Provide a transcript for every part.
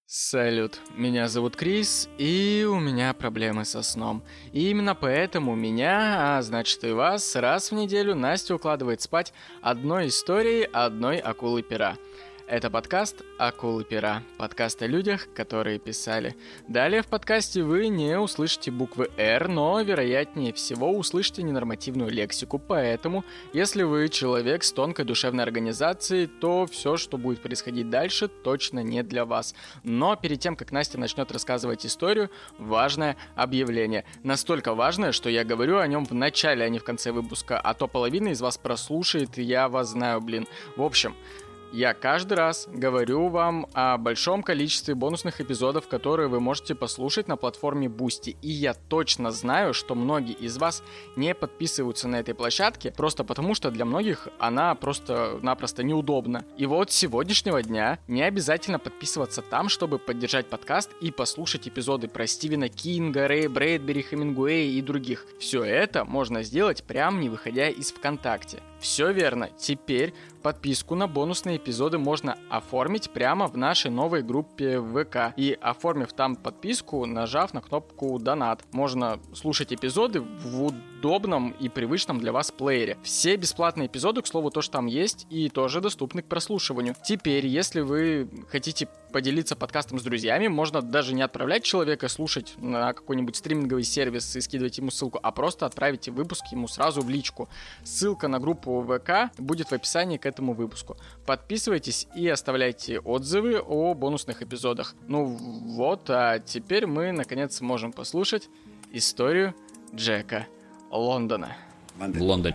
Салют, меня зовут Крис, и у меня проблемы со сном. И именно поэтому меня, а значит и вас, раз в неделю Настя укладывает спать одной историей одной акулы-пера. Это подкаст «Акулы-пера», подкаст о людях, которые писали. Далее в подкасте вы не услышите буквы «Р», но, вероятнее всего, услышите ненормативную лексику. Поэтому, если вы человек с тонкой душевной организацией, то все, что будет происходить дальше, точно не для вас. Но перед тем, как Настя начнет рассказывать историю, важное объявление. Настолько важное, что я говорю о нем в начале, а не в конце выпуска, а то половина из вас прослушает, и я вас знаю, В общем... Я каждый раз говорю вам о большом количестве бонусных эпизодов, которые вы можете послушать на платформе Boosty. И я точно знаю, что многие из вас не подписываются на этой площадке, просто потому что для многих она просто-напросто неудобна. И вот с сегодняшнего дня не обязательно подписываться там, чтобы поддержать подкаст и послушать эпизоды про Стивена Кинга, Рэя Брэдбери, Хемингуэя и других. Все это можно сделать прямо не выходя из ВКонтакте. Все верно, теперь подписку на бонусные эпизоды можно оформить прямо в нашей новой группе в ВК. И оформив там подписку, нажав на кнопку «Донат», можно слушать эпизоды в удобном и привычном для вас плеере. Все бесплатные эпизоды, к слову, тоже там есть и тоже доступны к прослушиванию. Теперь, если вы хотите поделиться подкастом с друзьями, можно даже не отправлять человека слушать на какой-нибудь стриминговый сервис и скидывать ему ссылку, а просто отправить выпуск ему сразу в личку. Ссылка на группу ВК будет в описании к этому выпуску. Подписывайтесь и оставляйте отзывы о бонусных эпизодах. Ну вот, а теперь мы наконец можем послушать историю Джека Лондона. Лондон.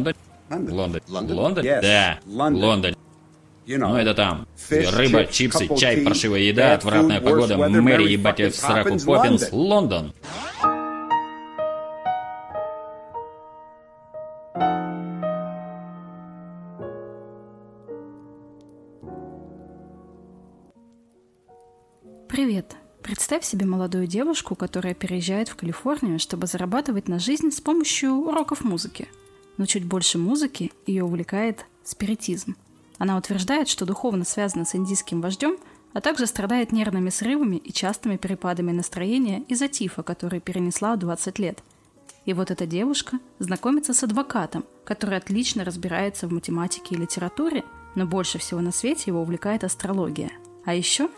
Yes. Да, Лондон. Ну это там. Рыба, чипсы, чай, паршивая еда, отвратная погода, Мэри ебать в сраку Поппинс, Лондон. Привет! Представь себе молодую девушку, которая переезжает в Калифорнию, чтобы зарабатывать на жизнь с помощью уроков музыки. Но чуть больше музыки ее увлекает спиритизм. Она утверждает, что духовно связана с индийским вождем, а также страдает нервными срывами и частыми перепадами настроения из-за тифа, который перенесла в 20 лет. И вот эта девушка знакомится с адвокатом, который отлично разбирается в математике и литературе, но больше всего на свете его увлекает астрология. А еще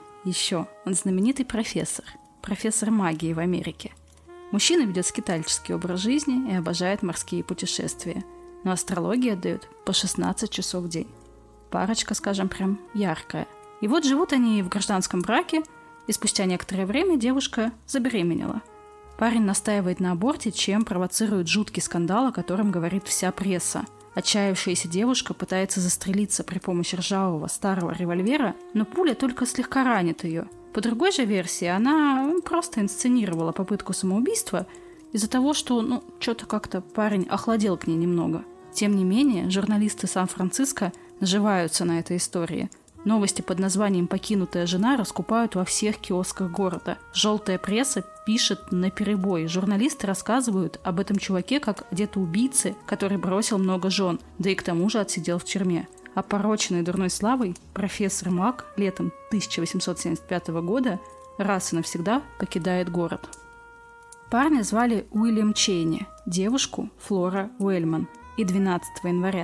он знаменитый профессор магии в Америке. Мужчина ведет скитальческий образ жизни и обожает морские путешествия, но астрология дает по 16 часов в день. Парочка, скажем, прям яркая. И вот живут они в гражданском браке, и спустя некоторое время девушка забеременела. Парень настаивает на аборте, чем провоцирует жуткий скандал, о котором говорит вся пресса. Отчаявшаяся девушка пытается застрелиться при помощи ржавого старого револьвера, но пуля только слегка ранит ее. По другой же версии, она просто инсценировала попытку самоубийства из-за того, что, что-то как-то парень охладел к ней немного. Тем не менее, журналисты Сан-Франциско наживаются на этой истории. Новости под названием «Покинутая жена» раскупают во всех киосках города. Желтая пресса пишет наперебой. Журналисты рассказывают об этом чуваке как где-то убийце, который бросил много жен, да и к тому же отсидел в тюрьме. Опороченный дурной славой, профессор Мак летом 1875 года раз и навсегда покидает город. Парня звали Уильям Чейни, девушку Флора Уэльман. И 12 января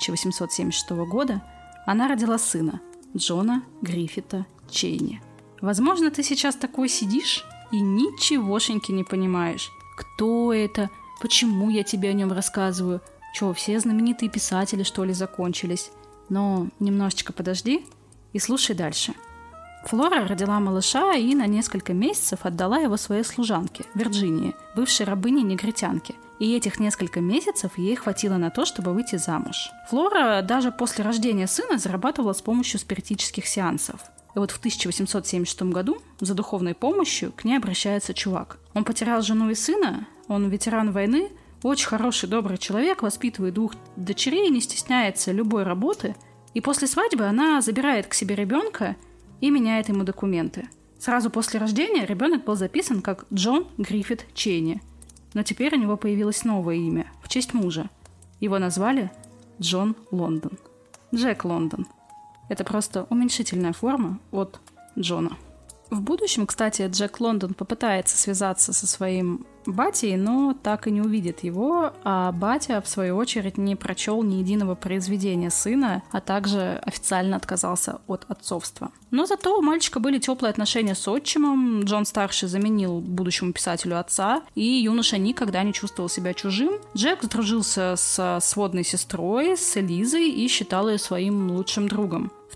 1876 года она родила сына, Джона Гриффита Чейни. Возможно, ты сейчас такой сидишь и ничегошеньки не понимаешь. Кто это? Почему я тебе о нем рассказываю? Че, все знаменитые писатели, что ли, закончились? Но немножечко подожди и слушай дальше. Флора родила малыша и на несколько месяцев отдала его своей служанке, Вирджинии, бывшей рабыне-негритянке. И этих несколько месяцев ей хватило на то, чтобы выйти замуж. Флора даже после рождения сына зарабатывала с помощью спиритических сеансов. И вот в 1876 году за духовной помощью к ней обращается чувак. Он потерял жену и сына, он ветеран войны, очень хороший, добрый человек, воспитывает 2 дочерей, не стесняется любой работы. И после свадьбы она забирает к себе ребенка и меняет ему документы. Сразу после рождения ребенок был записан как Джон Гриффит Чейни. Но теперь у него появилось новое имя в честь мужа. Его назвали Джон Лондон. Джек Лондон. Это просто уменьшительная форма от Джона. В будущем, кстати, Джек Лондон попытается связаться со своим батей, но так и не увидит его, а батя, в свою очередь, не прочел ни единого произведения сына, а также официально отказался от отцовства. Но зато у мальчика были теплые отношения с отчимом, Джон-старший заменил будущему писателю отца, и юноша никогда не чувствовал себя чужим. Джек сдружился с сводной сестрой, с Элизой, и считал ее своим лучшим другом. В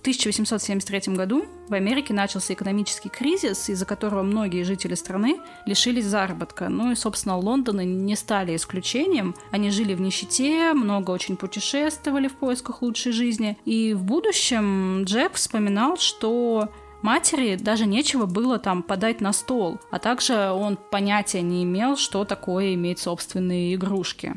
1873 году в Америке начался экономический кризис, из-за которого многие жители страны лишились заработка. Ну и, собственно, Лондоны не стали исключением. Они жили в нищете, много очень путешествовали в поисках лучшей жизни. И в будущем Джек вспоминал, что матери даже нечего было там подать на стол, а также он понятия не имел, что такое иметь собственные игрушки.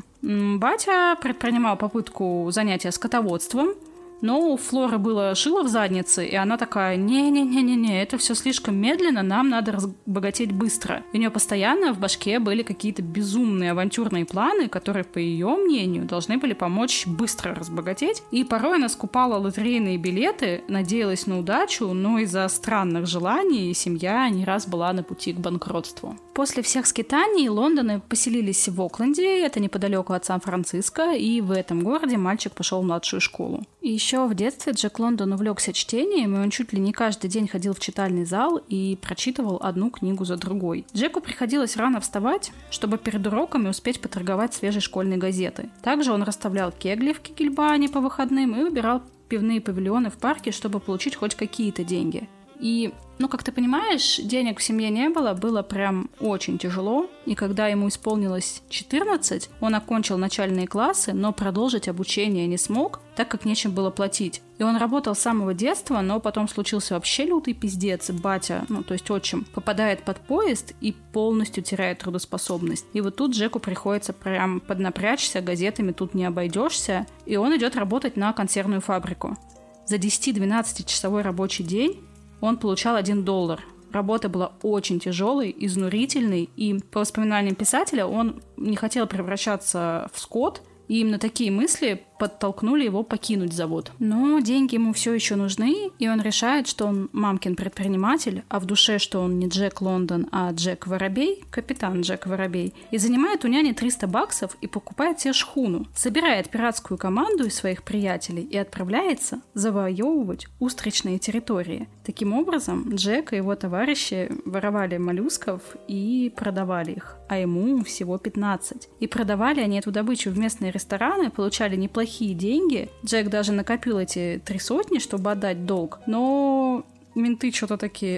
Батя предпринимал попытку занятия скотоводством, но у Флоры было шило в заднице, и она такая: не-не-не-не, это все слишком медленно, нам надо разбогатеть быстро. И у нее постоянно в башке были какие-то безумные авантюрные планы, которые, по ее мнению, должны были помочь быстро разбогатеть. И порой она скупала лотерейные билеты, надеялась на удачу, но из-за странных желаний семья не раз была на пути к банкротству. После всех скитаний Лондоны поселились в Окленде, это неподалеку от Сан-Франциско, и в этом городе мальчик пошел в младшую школу. И еще в детстве Джек Лондон увлекся чтением, и он чуть ли не каждый день ходил в читальный зал и прочитывал одну книгу за другой. Джеку приходилось рано вставать, чтобы перед уроками успеть поторговать свежей школьной газетой. Также он расставлял кегли в кегельбане по выходным и убирал пивные павильоны в парке, чтобы получить хоть какие-то деньги. И, как ты понимаешь, денег в семье не было прям очень тяжело, и когда ему исполнилось 14, он окончил начальные классы, но продолжить обучение не смог, так как нечем было платить. И он работал с самого детства, но потом случился вообще лютый пиздец, батя, то есть отчим, попадает под поезд и полностью теряет трудоспособность. И вот тут Джеку приходится прям поднапрячься, газетами тут не обойдешься, и он идет работать на консервную фабрику. За 10-12 часовой рабочий день он получал $1. Работа была очень тяжелой, изнурительной, и по воспоминаниям писателя он не хотел превращаться в скот, и именно такие мысли подтолкнули его покинуть завод. Но деньги ему все еще нужны, и он решает, что он мамкин предприниматель, а в душе, что он не Джек Лондон, а Джек Воробей, капитан Джек Воробей, и занимает у няни $300 и покупает себе шхуну, собирает пиратскую команду из своих приятелей и отправляется завоевывать устричные территории. Таким образом, Джек и его товарищи воровали моллюсков и продавали их, а ему всего 15. И продавали они эту добычу в местные рестораны, получали неплохие деньги. Джек даже накопил эти 300, чтобы отдать долг. Но менты что-то такие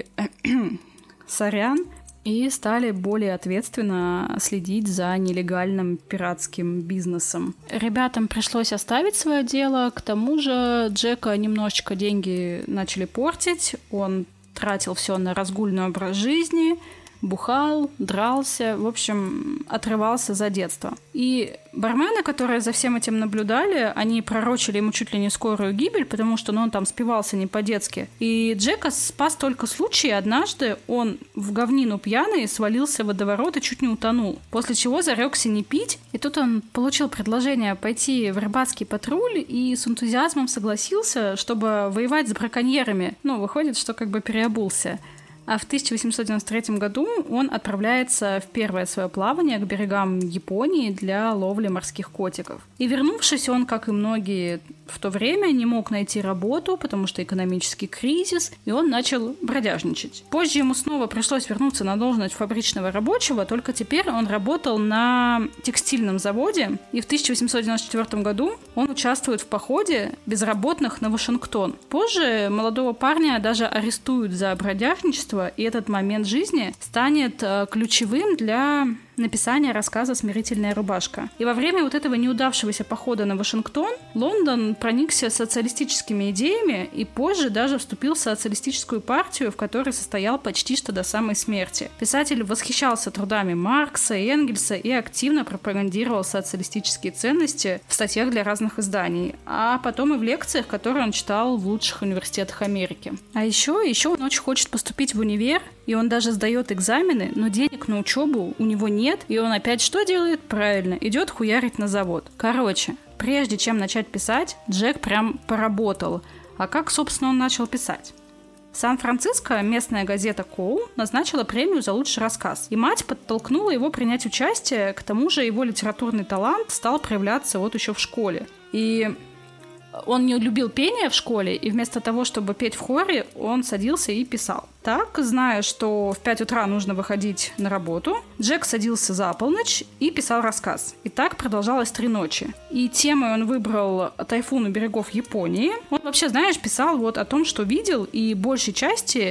сорян, и стали более ответственно следить за нелегальным пиратским бизнесом. Ребятам пришлось оставить свое дело, к тому же Джека немножечко деньги начали портить, он тратил все на разгульный образ жизни, бухал, дрался, в общем, отрывался за детство. И бармены, которые за всем этим наблюдали, они пророчили ему чуть ли не скорую гибель, потому что он там спивался не по-детски. И Джека спас только случай. Однажды он в говнину пьяный свалился в водоворот и чуть не утонул. После чего зарекся не пить. И тут он получил предложение пойти в рыбацкий патруль и с энтузиазмом согласился, чтобы воевать с браконьерами. Выходит, что переобулся. А в 1893 году он отправляется в первое свое плавание к берегам Японии для ловли морских котиков. И вернувшись, он, как и многие в то время, не мог найти работу, потому что экономический кризис, и он начал бродяжничать. Позже ему снова пришлось вернуться на должность фабричного рабочего, только теперь он работал на текстильном заводе, и в 1894 году он участвует в походе безработных на Вашингтон. Позже молодого парня даже арестуют за бродяжничество, и этот момент жизни станет ключевым для написания рассказа «Смирительная рубашка». И во время вот этого неудавшегося похода на Вашингтон Лондон проникся социалистическими идеями и позже даже вступил в социалистическую партию, в которой состоял почти что до самой смерти. Писатель восхищался трудами Маркса и Энгельса и активно пропагандировал социалистические ценности в статьях для разных изданий, а потом и в лекциях, которые он читал в лучших университетах Америки. А еще он очень хочет поступить в универ, и он даже сдает экзамены, но денег на учебу у него нет, и он опять что делает? Правильно, идет хуярить на завод. Короче, прежде чем начать писать, Джек прям поработал. А как, собственно, он начал писать? В Сан-Франциско местная газета «Коул» назначила премию за лучший рассказ. И мать подтолкнула его принять участие, к тому же его литературный талант стал проявляться вот еще в школе. И он не любил пение в школе, и вместо того, чтобы петь в хоре, он садился и писал. Так, зная, что в 5 утра нужно выходить на работу, Джек садился за полночь и писал рассказ. И так продолжалось 3 ночи. И темой он выбрал тайфун у берегов Японии. Он вообще, знаешь, писал вот о том, что видел, и большей части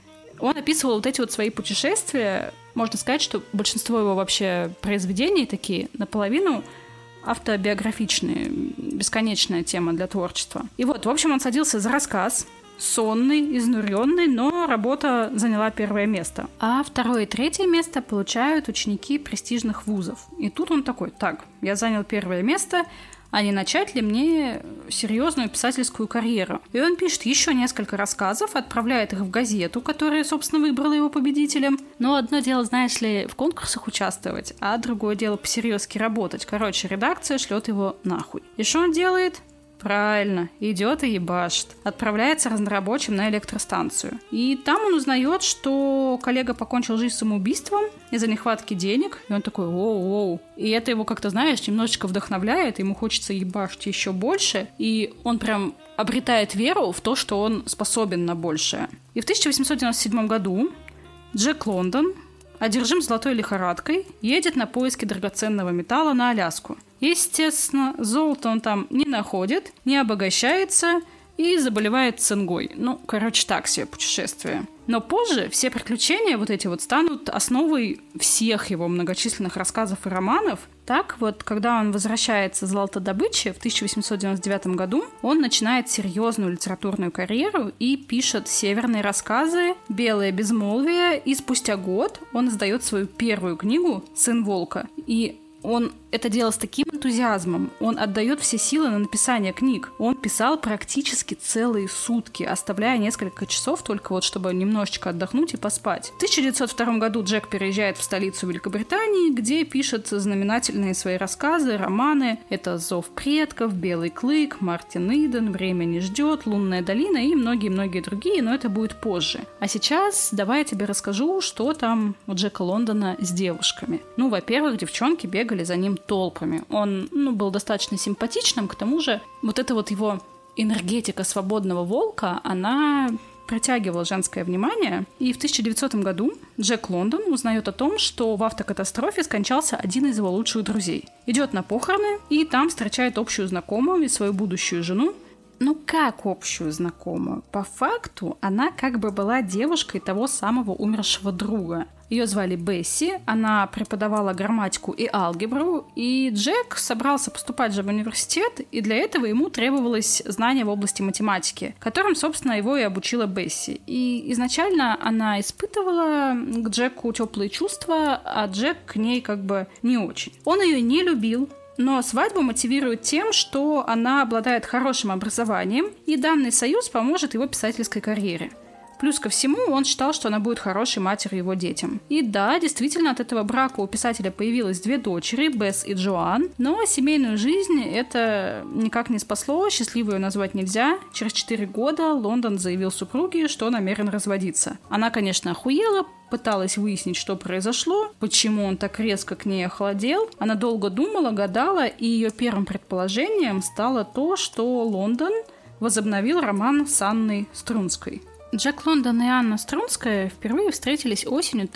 он описывал вот эти вот свои путешествия. Можно сказать, что большинство его вообще произведений такие наполовину автобиографичные, бесконечная тема для творчества. И вот, в общем, он садился за рассказ, сонный, изнуренный, но работа заняла 1 место. А 2 и 3 место получают ученики престижных вузов. И тут он такой: так, я занял 1 место, а не начать ли мне серьезную писательскую карьеру? И он пишет еще несколько рассказов, отправляет их в газету, которая, собственно, выбрала его победителем. Но одно дело, знаешь ли, в конкурсах участвовать, а другое дело посерьезки работать. Короче, редакция шлет его нахуй. И что он делает? Правильно, идет и ебашит. Отправляется разнорабочим на электростанцию. И там он узнает, что коллега покончил жизнь самоубийством из-за нехватки денег. И он такой: оу-оу. И это его как-то, знаешь, немножечко вдохновляет. Ему хочется ебашить еще больше. И он прям обретает веру в то, что он способен на большее. И в 1897 году Джек Лондон, одержим золотой лихорадкой, едет на поиски драгоценного металла на Аляску. Естественно, золото он там не находит, не обогащается и заболевает цингой. Ну, короче, так себе путешествие. Но позже все приключения вот эти вот станут основой всех его многочисленных рассказов и романов. Так вот, когда он возвращается с золотодобычи в 1899 году, он начинает серьезную литературную карьеру и пишет северные рассказы, «Белое безмолвие», и спустя год он издает свою первую книгу «Сын волка». И он это делал с таким энтузиазмом. Он отдает все силы на написание книг. Он писал практически целые сутки, оставляя несколько часов только вот, чтобы немножечко отдохнуть и поспать. В 1902 году Джек переезжает в столицу Великобритании, где пишет знаменательные свои рассказы, романы. Это «Зов предков», «Белый клык», «Мартин Иден», «Время не ждет», «Лунная долина» и многие-многие другие, но это будет позже. А сейчас давай я тебе расскажу, что там у Джека Лондона с девушками. Ну, во-первых, девчонки бегали за ним толпами. Он, был достаточно симпатичным, к тому же вот эта вот его энергетика свободного волка, она притягивала женское внимание. И в 1900 году Джек Лондон узнает о том, что в автокатастрофе скончался один из его лучших друзей. Идет на похороны и там встречает общую знакомую и свою будущую жену. Ну как общую знакомую? По факту она как бы была девушкой того самого умершего друга. Ее звали Бесси, она преподавала грамматику и алгебру, и Джек собрался поступать же в университет, и для этого ему требовалось знание в области математики, которым, собственно, его и обучила Бесси. И изначально она испытывала к Джеку теплые чувства, а Джек к ней как бы не очень. Он ее не любил, но свадьбу мотивирует тем, что она обладает хорошим образованием, и данный союз поможет его писательской карьере. Плюс ко всему, он считал, что она будет хорошей матерью его детям. И да, действительно, от этого брака у писателя появилось 2 дочери, Бесс и Джоан, но семейную жизнь это никак не спасло, счастливой ее назвать нельзя. Через 4 года Лондон заявил супруге, что намерен разводиться. Она, конечно, охуела, пыталась выяснить, что произошло, почему он так резко к ней охладел. Она долго думала, гадала, и ее первым предположением стало то, что Лондон возобновил роман с Анной Струнской. Джек Лондон и Анна Струнская впервые встретились осенью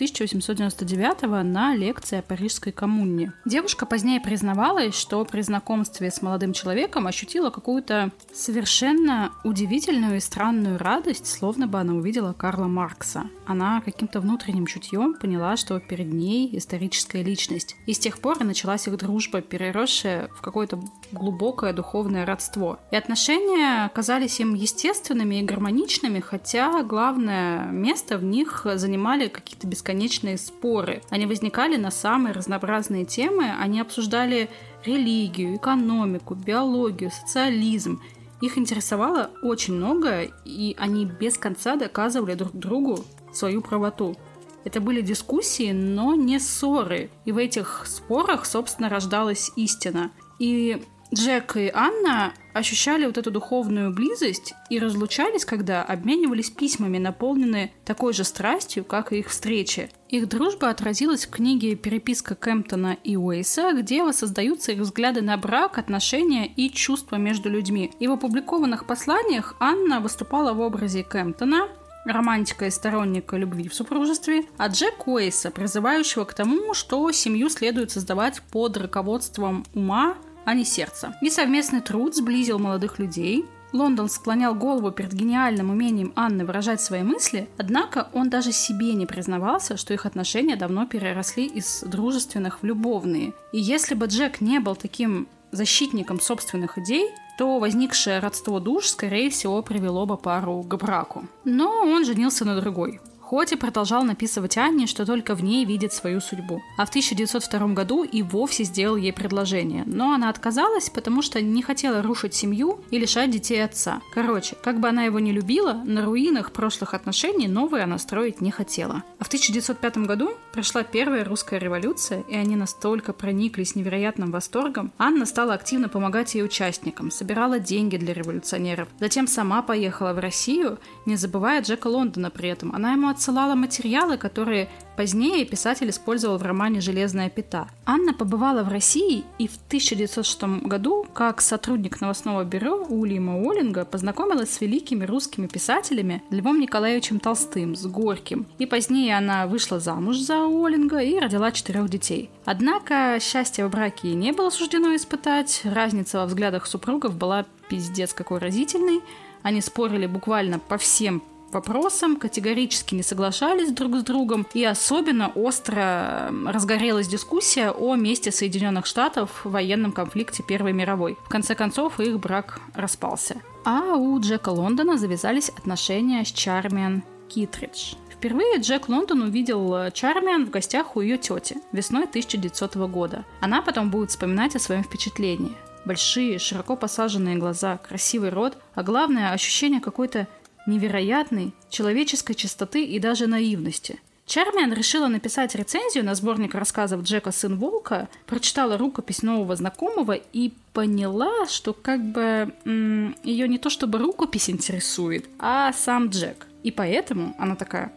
1899-го на лекции о Парижской коммуне. Девушка позднее признавалась, что при знакомстве с молодым человеком ощутила какую-то совершенно удивительную и странную радость, словно бы она увидела Карла Маркса. Она каким-то внутренним чутьем поняла, что перед ней историческая личность. И с тех пор и началась их дружба, переросшая в какое-то глубокое духовное родство. И отношения казались им естественными и гармоничными, хотя главное место в них занимали какие-то бесконечные споры. Они возникали на самые разнообразные темы, они обсуждали религию, экономику, биологию, социализм. Их интересовало очень много, и они без конца доказывали друг другу свою правоту. Это были дискуссии, но не ссоры. И в этих спорах, собственно, рождалась истина. И Джек и Анна ощущали вот эту духовную близость и разлучались, когда обменивались письмами, наполненные такой же страстью, как и их встречи. Их дружба отразилась в книге «Переписка Кемптона и Уэйса», где воссоздаются их взгляды на брак, отношения и чувства между людьми. И в опубликованных посланиях Анна выступала в образе Кемптона, романтика и сторонника любви в супружестве, а Джек Уэйса, призывающего к тому, что семью следует создавать под руководством ума, а не сердца. И совместный труд сблизил молодых людей. Лондон склонял голову перед гениальным умением Анны выражать свои мысли, однако он даже себе не признавался, что их отношения давно переросли из дружественных в любовные. И если бы Джек не был таким защитником собственных идей, то возникшее родство душ, скорее всего, привело бы пару к браку. Но он женился на другой. Хоть и продолжал написывать Анне, что только в ней видит свою судьбу. А в 1902 году и вовсе сделал ей предложение. Но она отказалась, потому что не хотела рушить семью и лишать детей отца. Короче, как бы она его не любила, на руинах прошлых отношений новые она строить не хотела. А в 1905 году прошла первая русская революция, и они настолько прониклись невероятным восторгом, Анна стала активно помогать ее участникам, собирала деньги для революционеров. Затем сама поехала в Россию, не забывая Джека Лондона при этом. Она ему отсылала материалы, которые позднее писатель использовал в романе «Железная пята». Анна побывала в России и в 1906 году, как сотрудник новостного бюро Уильяма Уоллинга, познакомилась с великими русскими писателями Львом Николаевичем Толстым, с Горьким. И позднее она вышла замуж за Уоллинга и родила 4 детей. Однако счастья в браке ей не было суждено испытать. Разница во взглядах супругов была пиздец какой разительной. Они спорили буквально по всем вопросам, категорически не соглашались друг с другом, и особенно остро разгорелась дискуссия о месте Соединенных Штатов в военном конфликте Первой мировой. В конце концов, их брак распался. А у Джека Лондона завязались отношения с Чармиан Китридж. Впервые Джек Лондон увидел Чармиан в гостях у ее тети весной 1900 года. Она потом будет вспоминать о своем впечатлении. Большие, широко посаженные глаза, красивый рот, а главное, ощущение какой-то невероятной человеческой чистоты и даже наивности. Чармиан решила написать рецензию на сборник рассказов Джека «Сын волка», прочитала рукопись нового знакомого и поняла, что как бы ее не то чтобы рукопись интересует, а сам Джек. И поэтому она такая: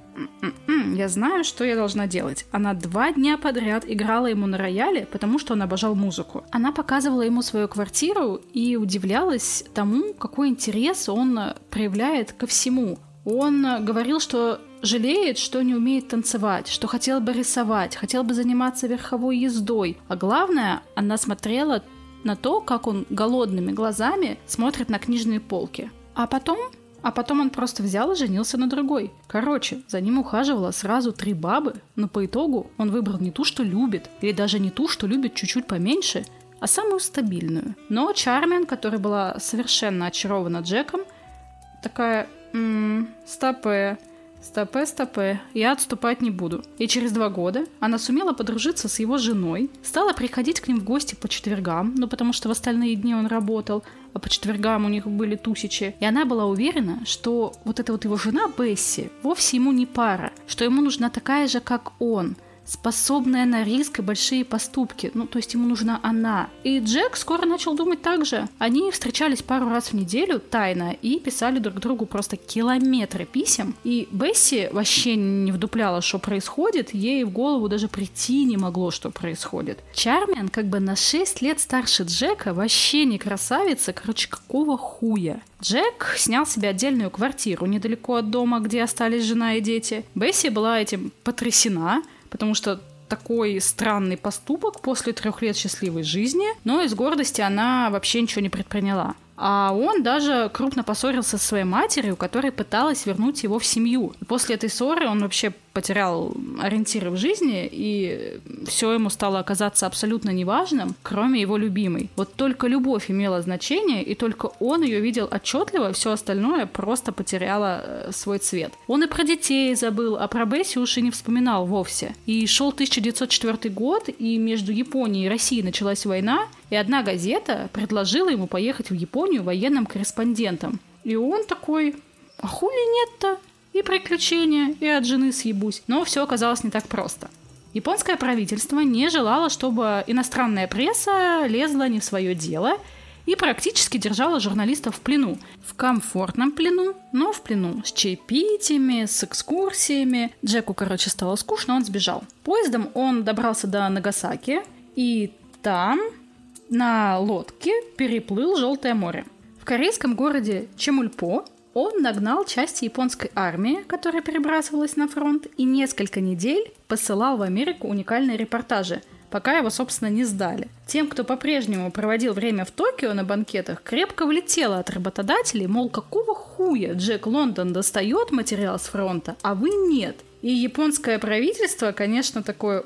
я знаю, что я должна делать. Она 2 дня подряд играла ему на рояле, потому что он обожал музыку. Она показывала ему свою квартиру и удивлялась тому, какой интерес он проявляет ко всему. Он говорил, что жалеет, что не умеет танцевать, что хотел бы рисовать, хотел бы заниматься верховой ездой. А главное, она смотрела на то, как он голодными глазами смотрит на книжные полки. А потом он просто взял и женился на другой. Короче, за ним ухаживало сразу 3 бабы, но по итогу он выбрал не ту, что любит, или даже не ту, что любит чуть-чуть поменьше, а самую стабильную. Но Чармиан, которая была совершенно очарована Джеком, такая: стопе, я отступать не буду. И через 2 года она сумела подружиться с его женой, стала приходить к ним в гости по четвергам, потому что в остальные дни он работал, а по четвергам у них были тусичи. И она была уверена, что вот эта вот его жена Бесси вовсе ему не пара, что ему нужна такая же, как он, способная на риск и большие поступки. То есть ему нужна она. И Джек скоро начал думать так же. Они встречались пару раз в неделю тайно и писали друг другу просто километры писем. И Бесси вообще не вдупляла, что происходит. Ей в голову даже прийти не могло, что происходит. Чармиан как бы на 6 лет старше Джека, вообще не красавица. Короче, какого хуя? Джек снял себе отдельную квартиру недалеко от дома, где остались жена и дети. Бесси была этим потрясена, потому что такой странный поступок после 3 лет счастливой жизни, но из гордости она вообще ничего не предприняла. А он даже крупно поссорился со своей матерью, которая пыталась вернуть его в семью. И после этой ссоры он вообще потерял ориентиры в жизни, и все ему стало оказаться абсолютно неважным, кроме его любимой. Вот только любовь имела значение, и только он ее видел отчетливо, все остальное просто потеряло свой цвет. Он и про детей забыл, а про Бесси уж и не вспоминал вовсе. И шел 1904 год, и между Японией и Россией началась война, и одна газета предложила ему поехать в Японию военным корреспондентом. И он такой: а хули нет-то? И приключения, и от жены съебусь. Но все оказалось не так просто. Японское правительство не желало, чтобы иностранная пресса лезла не в свое дело, и практически держала журналистов в плену. В комфортном плену, но в плену. С чаепитиями, с экскурсиями. Джеку, стало скучно, он сбежал. Поездом он добрался до Нагасаки, и там на лодке переплыл Желтое море. В корейском городе Чемульпо он нагнал части японской армии, которая перебрасывалась на фронт, и несколько недель посылал в Америку уникальные репортажи, пока его, собственно, не сдали. Тем, кто по-прежнему проводил время в Токио на банкетах, крепко влетело от работодателей, мол, какого хуя Джек Лондон достает материал с фронта, а вы нет. И японское правительство, конечно, такое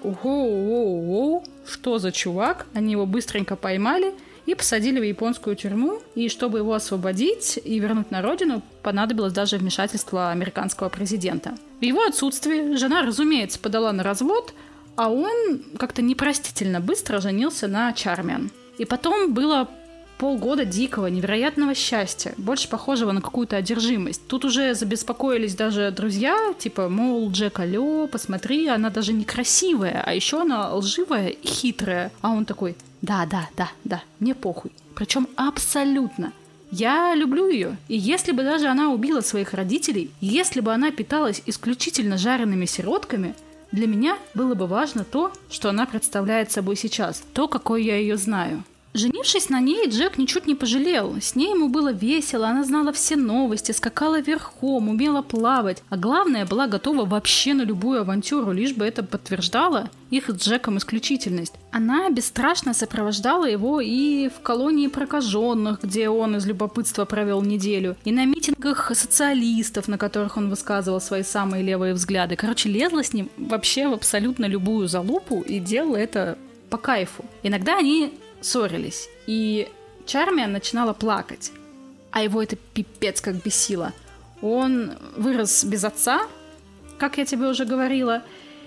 «Ого, что за чувак?» Они его быстренько поймали и посадили в японскую тюрьму. И чтобы его освободить и вернуть на родину, понадобилось даже вмешательство американского президента. В его отсутствие жена, разумеется, подала на развод, а он как-то непростительно быстро женился на Чармиан. И потом было полгода дикого, невероятного счастья, больше похожего на какую-то одержимость. Тут уже забеспокоились даже друзья, типа, мол, Джек, алло, посмотри, она даже некрасивая, а еще она лживая и хитрая. А он такой: да, мне похуй. Причем абсолютно. Я люблю ее, и если бы даже она убила своих родителей, если бы она питалась исключительно жареными сиротками, для меня было бы важно то, что она представляет собой сейчас, то, какой я ее знаю. Женившись на ней, Джек ничуть не пожалел. С ней ему было весело, она знала все новости, скакала верхом, умела плавать, а главное, была готова вообще на любую авантюру, лишь бы это подтверждало их с Джеком исключительность. Она бесстрашно сопровождала его и в колонии прокаженных, где он из любопытства провел неделю, и на митингах социалистов, на которых он высказывал свои самые левые взгляды. Лезла с ним вообще в абсолютно любую залупу и делала это по кайфу. Иногда они ссорились, и Чармиан начинала плакать, а его это пипец как бесило. Он вырос без отца, как я тебе уже говорила,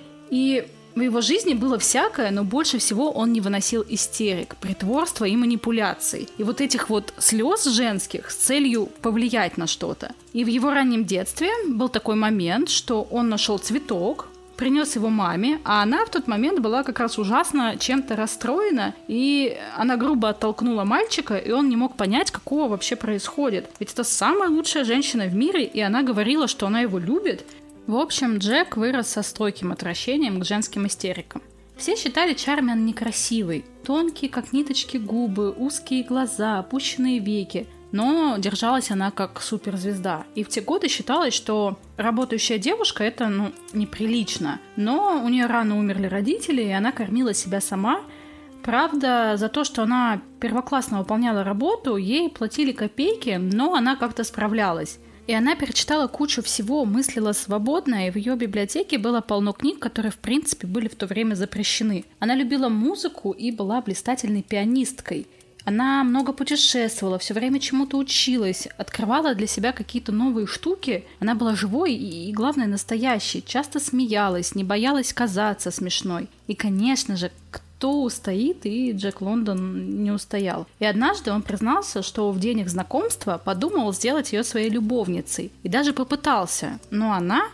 и в его жизни было всякое, но больше всего он не выносил истерик, притворства и манипуляций, и вот этих вот слез женских с целью повлиять на что-то. И в его раннем детстве был такой момент, что он нашел цветок, принес его маме, а она в тот момент была как раз ужасно чем-то расстроена, и она грубо оттолкнула мальчика, и он не мог понять, какого вообще происходит. Ведь это самая лучшая женщина в мире, и она говорила, что она его любит. В общем, Джек вырос со стойким отвращением к женским истерикам. Все считали Чармиан некрасивой. Тонкие, как ниточки, губы, узкие глаза, опущенные веки. Но держалась она как суперзвезда. И в те годы считалось, что работающая девушка — это, неприлично. Но у нее рано умерли родители, и она кормила себя сама. Правда, за то, что она первоклассно выполняла работу, ей платили копейки, но она как-то справлялась. И она перечитала кучу всего, мыслила свободно, и в ее библиотеке было полно книг, которые, в принципе, были в то время запрещены. Она любила музыку и была блистательной пианисткой. Она много путешествовала, все время чему-то училась, открывала для себя какие-то новые штуки. Она была живой и, главное, настоящей, часто смеялась, не боялась казаться смешной. И, конечно же, кто устоит, и Джек Лондон не устоял. И однажды он признался, что в день их знакомства подумал сделать ее своей любовницей. И даже попытался. Но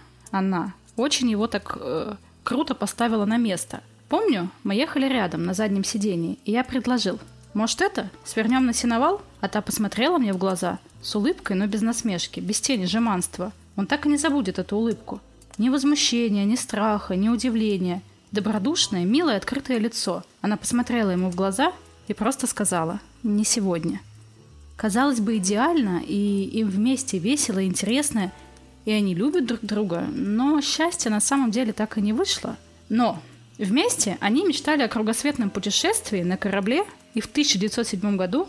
она очень его так круто поставила на место. Помню, мы ехали рядом на заднем сидении, и я предложил: может, свернем на сеновал? А та посмотрела мне в глаза с улыбкой, но без насмешки, без тени жеманства. Он так и не забудет эту улыбку. Ни возмущения, ни страха, ни удивления. Добродушное, милое, открытое лицо. Она посмотрела ему в глаза и просто сказала: «Не сегодня». Казалось бы, идеально, и им вместе весело и интересно, и они любят друг друга, но счастье на самом деле так и не вышло. Но вместе они мечтали о кругосветном путешествии на корабле, и в 1907 году,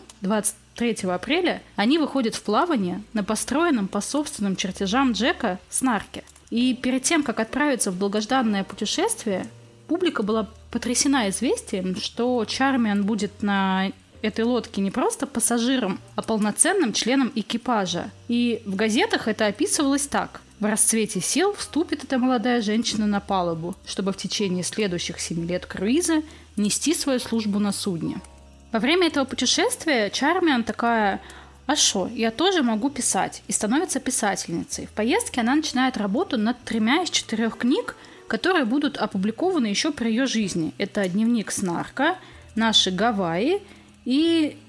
23 апреля, они выходят в плавание на построенном по собственным чертежам Джека снарке. И перед тем, как отправиться в долгожданное путешествие, публика была потрясена известием, что Чармиан будет на этой лодке не просто пассажиром, а полноценным членом экипажа. И в газетах это описывалось так: в расцвете сил вступит эта молодая женщина на палубу, чтобы в течение следующих 7 лет круиза нести свою службу на судне. Во время этого путешествия Чармиан такая: а шо, я тоже могу писать, и становится писательницей. В поездке она начинает работу над 3 из 4 книг, которые будут опубликованы еще при ее жизни. Это «Дневник снарка», «Наши Гавайи» и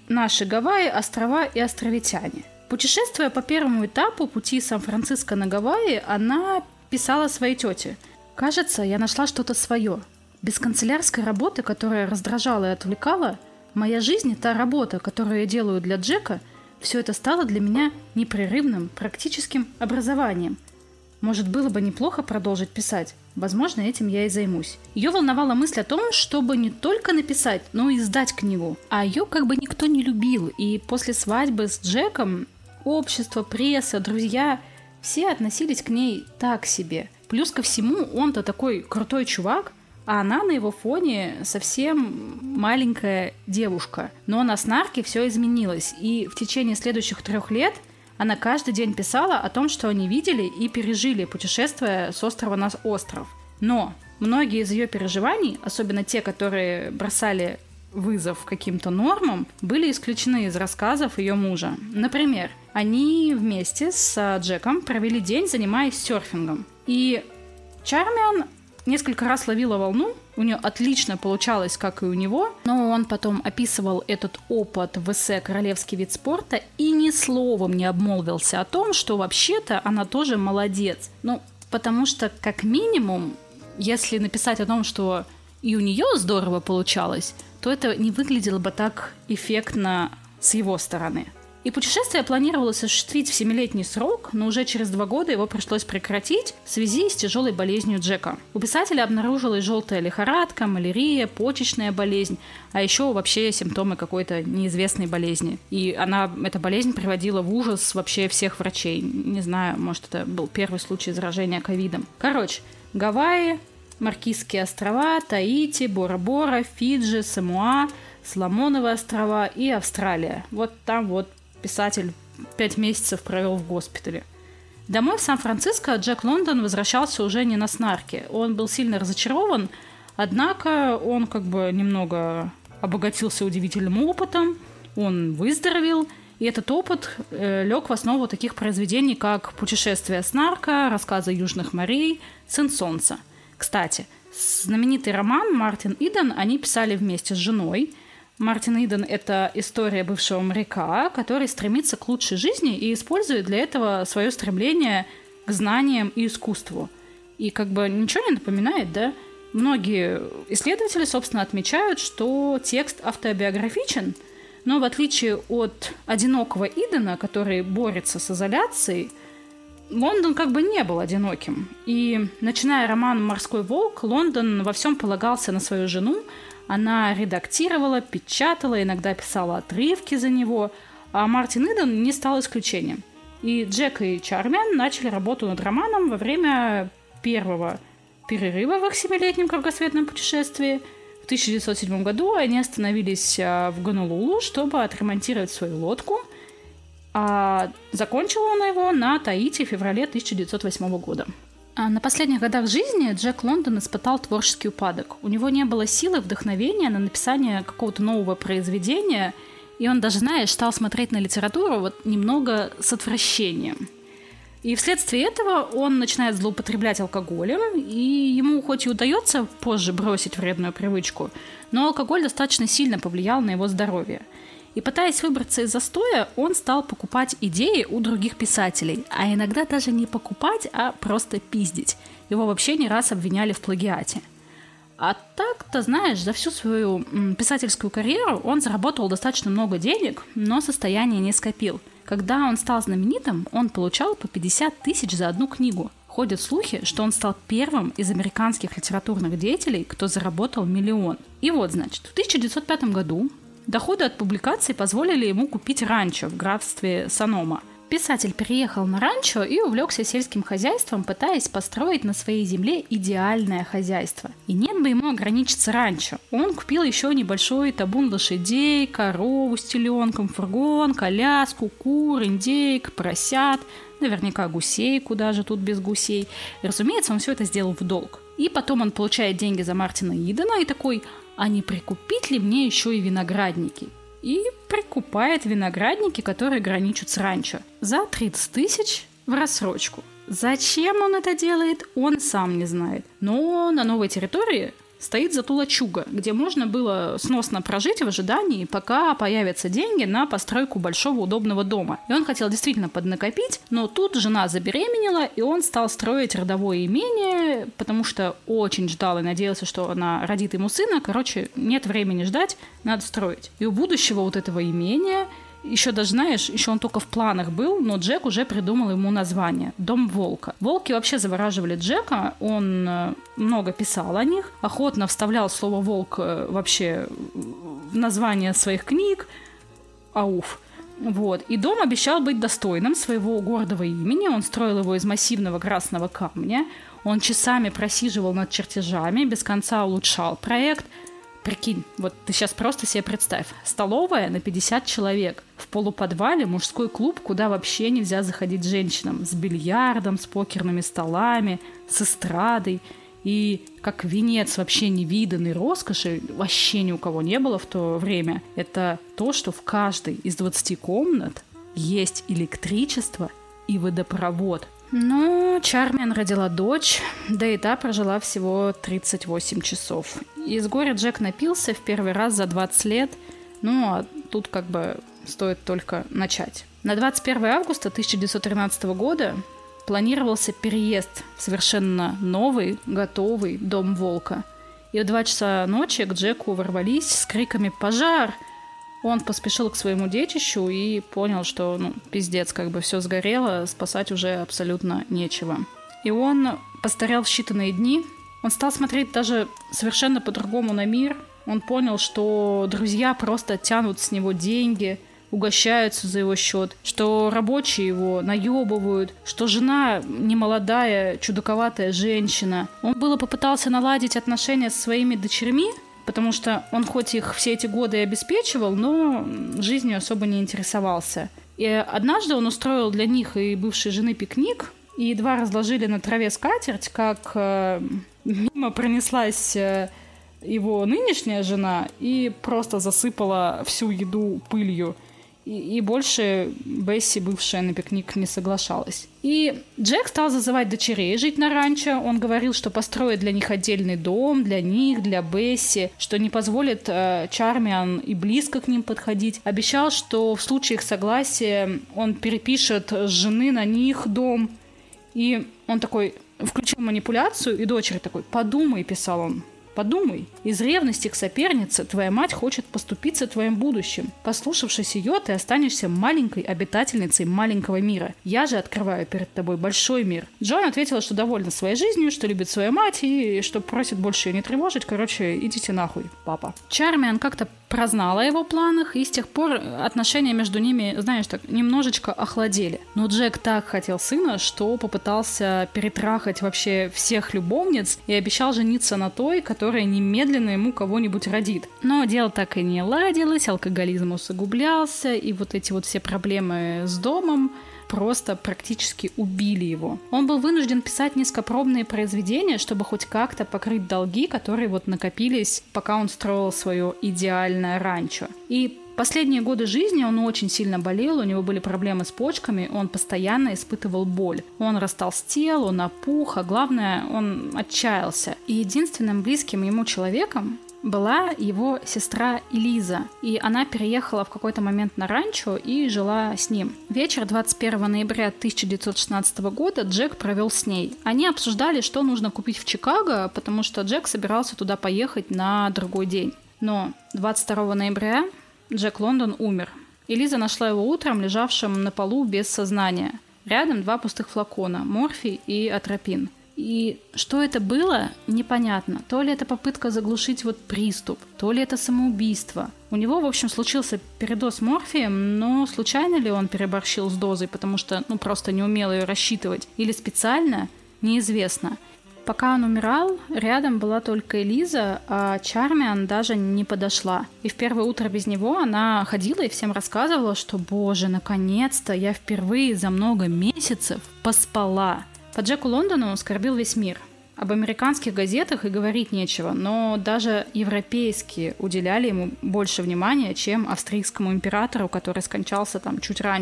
«Наши Гавайи, острова и островитяне». Путешествуя по первому этапу пути Сан-Франциско на Гавайи, она писала своей тете: «Кажется, я нашла что-то свое. Без канцелярской работы, которая раздражала и отвлекала, моя жизнь и та работа, которую я делаю для Джека, все это стало для меня непрерывным практическим образованием. Может, было бы неплохо продолжить писать. Возможно, этим я и займусь». Ее волновала мысль о том, чтобы не только написать, но и издать книгу. А ее как бы никто не любил, и после свадьбы с Джеком общество, пресса, друзья – все относились к ней так себе. Плюс ко всему, он-то такой крутой чувак, а она на его фоне совсем маленькая девушка. Но на Снарке все изменилось, и в течение следующих 3 лет она каждый день писала о том, что они видели и пережили, путешествуя с острова на остров. Но многие из ее переживаний, особенно те, которые бросали вызов каким-то нормам, были исключены из рассказов ее мужа. Например, они вместе с Джеком провели день, занимаясь серфингом. И Чармиан несколько раз ловила волну, у нее отлично получалось, как и у него, но он потом описывал этот опыт в эссе «Королевский вид спорта» и ни словом не обмолвился о том, что вообще-то она тоже молодец. Ну, потому что, как минимум, если написать о том, что и у нее здорово получалось, то это не выглядело бы так эффектно с его стороны. И путешествие планировалось осуществить в 7-летний срок, но уже через 2 года его пришлось прекратить в связи с тяжелой болезнью Джека. У писателя обнаружилась желтая лихорадка, малярия, почечная болезнь, а еще вообще симптомы какой-то неизвестной болезни. И эта болезнь приводила в ужас вообще всех врачей. Не знаю, может, это был первый случай заражения ковидом. Короче, Гавайи, Маркизские острова, Таити, Бора-Бора, Фиджи, Самоа, Соломоновы острова и Австралия. Вот там вот писатель 5 месяцев провел в госпитале. Домой в Сан-Франциско Джек Лондон возвращался уже не на Снарке. Он был сильно разочарован, однако он как бы немного обогатился удивительным опытом, он выздоровел, и этот опыт лег в основу таких произведений, как «Путешествие Снарка», «Рассказы южных морей», «Сын солнца». Кстати, знаменитый роман Мартин Иден они писали вместе с женой. Мартин Иден – это история бывшего моряка, который стремится к лучшей жизни и использует для этого свое стремление к знаниям и искусству. И как бы ничего не напоминает, да? Многие исследователи, собственно, отмечают, что текст автобиографичен, но в отличие от одинокого Идена, который борется с изоляцией, Лондон как бы не был одиноким. И, начиная роман «Морской волк», Лондон во всем полагался на свою жену. Она редактировала, печатала, иногда писала отрывки за него, а Мартин Иден не стал исключением. И Джек и Чармиан начали работу над романом во время первого перерыва в их 7-летнем кругосветном путешествии. В 1907 году они остановились в Гонолулу, чтобы отремонтировать свою лодку, а закончил он его на Таити в феврале 1908 года. На последних годах жизни Джек Лондон испытал творческий упадок. У него не было силы, вдохновения на написание какого-то нового произведения, и он даже, знаешь, стал смотреть на литературу вот немного с отвращением. И вследствие этого он начинает злоупотреблять алкоголем, и ему хоть и удается позже бросить вредную привычку, но алкоголь достаточно сильно повлиял на его здоровье. И пытаясь выбраться из застоя, он стал покупать идеи у других писателей, а иногда даже не покупать, а просто пиздить. Его вообще не раз обвиняли в плагиате. А так-то, знаешь, за всю свою писательскую карьеру он заработал достаточно много денег, но состояние не скопил. Когда он стал знаменитым, он получал по 50 тысяч за одну книгу. Ходят слухи, что он стал первым из американских литературных деятелей, кто заработал 1 миллион. И вот, значит, в 1905 году доходы от публикаций позволили ему купить ранчо в графстве Санома. Писатель переехал на ранчо и увлекся сельским хозяйством, пытаясь построить на своей земле идеальное хозяйство. И нет бы ему ограничиться ранчо. Он купил еще небольшой табун лошадей, корову с теленком, фургон, коляску, кур, индейк, поросят, наверняка гусей, куда же тут без гусей. И, разумеется, он все это сделал в долг. И потом он получает деньги за Мартина Идена и такой: а не прикупить ли мне еще и виноградники? И прикупает виноградники, которые граничат с ранчо, за 30 тысяч в рассрочку. Зачем он это делает, он сам не знает. Но на новой территории стоит зато лачуга, где можно было сносно прожить в ожидании, пока появятся деньги на постройку большого удобного дома. И он хотел действительно поднакопить, но тут жена забеременела, и он стал строить родовое имение, потому что очень ждал и надеялся, что она родит ему сына. Короче, нет времени ждать, надо строить. И у будущего вот этого имения... Еще даже, знаешь, еще он только в планах был, но Джек уже придумал ему название – «Дом волка». Волки вообще завораживали Джека, он много писал о них, охотно вставлял слово «волк» вообще в название своих книг. Ауф. Вот. И дом обещал быть достойным своего гордого имени, он строил его из массивного красного камня, он часами просиживал над чертежами, без конца улучшал проект. Прикинь, вот ты сейчас просто себе представь. Столовая на 50 человек. В полуподвале мужской клуб, куда вообще нельзя заходить женщинам. С бильярдом, с покерными столами, с эстрадой. И как венец вообще невиданной роскоши, вообще ни у кого не было в то время, это то, что в каждой из 20 комнат есть электричество и водопровод. Но Чармиан родила дочь, да и та прожила всего 38 часов. И с горя Джек напился в первый раз за 20 лет, ну а тут как бы стоит только начать. На 21 августа 1913 года планировался переезд в совершенно новый, готовый дом волка. И в 2 часа ночи к Джеку ворвались с криками «Пожар!». Он поспешил к своему детищу и понял, что, пиздец, как бы все сгорело, спасать уже абсолютно нечего. И он постарел в считанные дни. Он стал смотреть даже совершенно по-другому на мир. Он понял, что друзья просто тянут с него деньги, угощаются за его счет, что рабочие его наебывают, что жена немолодая, чудаковатая женщина. Он было попытался наладить отношения со своими дочерьми, потому что он хоть их все эти годы и обеспечивал, но жизнью особо не интересовался. И однажды он устроил для них и бывшей жены пикник, и едва разложили на траве скатерть, как мимо пронеслась его нынешняя жена и просто засыпала всю еду пылью. И больше Бесси, бывшая, на пикник не соглашалась. И Джек стал зазывать дочерей жить на ранчо. Он говорил, что построит для них отдельный дом, для них, для Бесси, что не позволит Чармиан и близко к ним подходить. Обещал, что в случае их согласия он перепишет с жены на них дом. И он такой включил манипуляцию, и дочери такой: «Подумай», писал он. «Подумай, из ревности к сопернице твоя мать хочет поступиться твоим будущим. Послушавшись ее, ты останешься маленькой обитательницей маленького мира. Я же открываю перед тобой большой мир». Джон ответила, что довольна своей жизнью, что любит свою мать и что просит больше ее не тревожить. Короче, идите нахуй, папа. Чармиан как-то прознала о его планах, и с тех пор отношения между ними, знаешь, так немножечко охладели. Но Джек так хотел сына, что попытался перетрахать вообще всех любовниц и обещал жениться на той, которая немедленно ему кого-нибудь родит. Но дело так и не ладилось, алкоголизм усугублялся, и вот эти вот все проблемы с домом просто практически убили его. Он был вынужден писать низкопробные произведения, чтобы хоть как-то покрыть долги, которые вот накопились, пока он строил свое идеальное ранчо. И последние годы жизни он очень сильно болел, у него были проблемы с почками, он постоянно испытывал боль. Он растолстел, он опух, а главное, он отчаялся. И единственным близким ему человеком была его сестра Элиза, и она переехала в какой-то момент на ранчо и жила с ним. Вечер 21 ноября 1916 года Джек провел с ней. Они обсуждали, что нужно купить в Чикаго, потому что Джек собирался туда поехать на другой день. Но 22 ноября Джек Лондон умер. Элиза нашла его утром лежавшим на полу без сознания. Рядом 2 пустых флакона – морфий и атропин. И что это было, непонятно. То ли это попытка заглушить вот приступ, то ли это самоубийство. У него, в общем, случился передоз морфием, но случайно ли он переборщил с дозой, потому что, просто не умел ее рассчитывать, или специально, неизвестно. Пока он умирал, рядом была только Элиза, а Чармиан даже не подошла. И в первое утро без него она ходила и всем рассказывала, что, боже, наконец-то я впервые за много месяцев поспала. По Джеку Лондону скорбил весь мир. Об американских газетах и говорить нечего, но даже европейские уделяли ему больше внимания, чем австрийскому императору, который скончался там чуть раньше.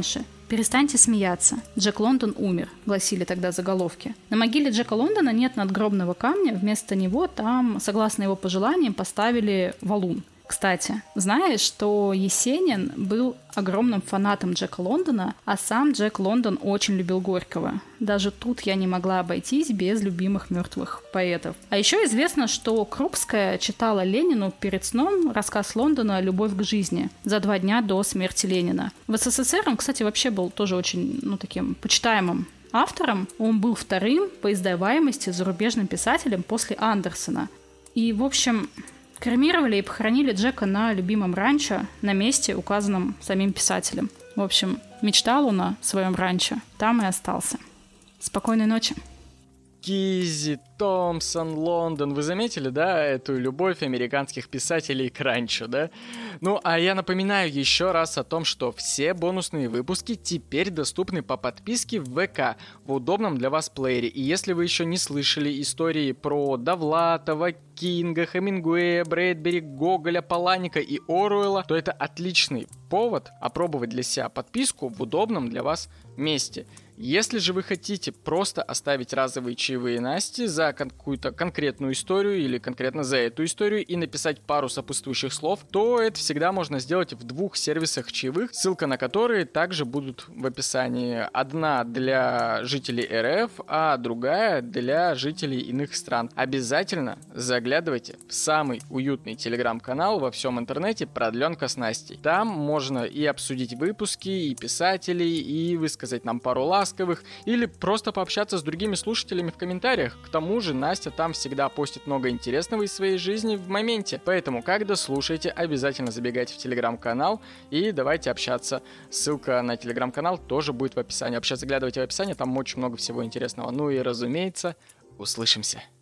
«Перестаньте смеяться. Джек Лондон умер», — гласили тогда заголовки. На могиле Джека Лондона нет надгробного камня, вместо него там, согласно его пожеланиям, поставили валун. Кстати, знаешь, что Есенин был огромным фанатом Джека Лондона, а сам Джек Лондон очень любил Горького. Даже тут я не могла обойтись без любимых мертвых поэтов. А еще известно, что Крупская читала Ленину перед сном рассказ Лондона «Любовь к жизни» за 2 дня до смерти Ленина. В СССР он, кстати, вообще был тоже очень, таким почитаемым автором. Он был 2-м по издаваемости зарубежным писателем после Андерсона. И, в общем, кремировали и похоронили Джека на любимом ранчо, на месте, указанном самим писателем. В общем, мечтал он о своем ранчо, там и остался. Спокойной ночи. Кизи, Томпсон, Лондон. Вы заметили, да, эту любовь американских писателей к ранчо, да? Ну, а я напоминаю еще раз о том, что все бонусные выпуски теперь доступны по подписке в ВК в удобном для вас плеере. И если вы еще не слышали истории про Довлатова, Кинга, Хемингуэя, Брэдбери, Гоголя, Паланика и Оруэлла, то это отличный повод опробовать для себя подписку в удобном для вас месте. Если же вы хотите просто оставить разовые чаевые Насте за какую-то конкретную историю или конкретно за эту историю и написать пару сопутствующих слов, то это всегда можно сделать в 2 сервисах чаевых, ссылка на которые также будут в описании. Одна для жителей РФ, а другая для жителей иных стран. Обязательно заглядывайте в самый уютный телеграм-канал во всем интернете «Продленка с Настей». Там можно и обсудить выпуски, и писателей, и высказать нам пару ласковых, или просто пообщаться с другими слушателями в комментариях. К тому же Настя там всегда постит много интересного из своей жизни в моменте. Поэтому, когда слушаете, обязательно забегайте в телеграм-канал и давайте общаться. Ссылка на телеграм-канал тоже будет в описании. Вообще заглядывайте в описание, там очень много всего интересного. Ну и разумеется, услышимся.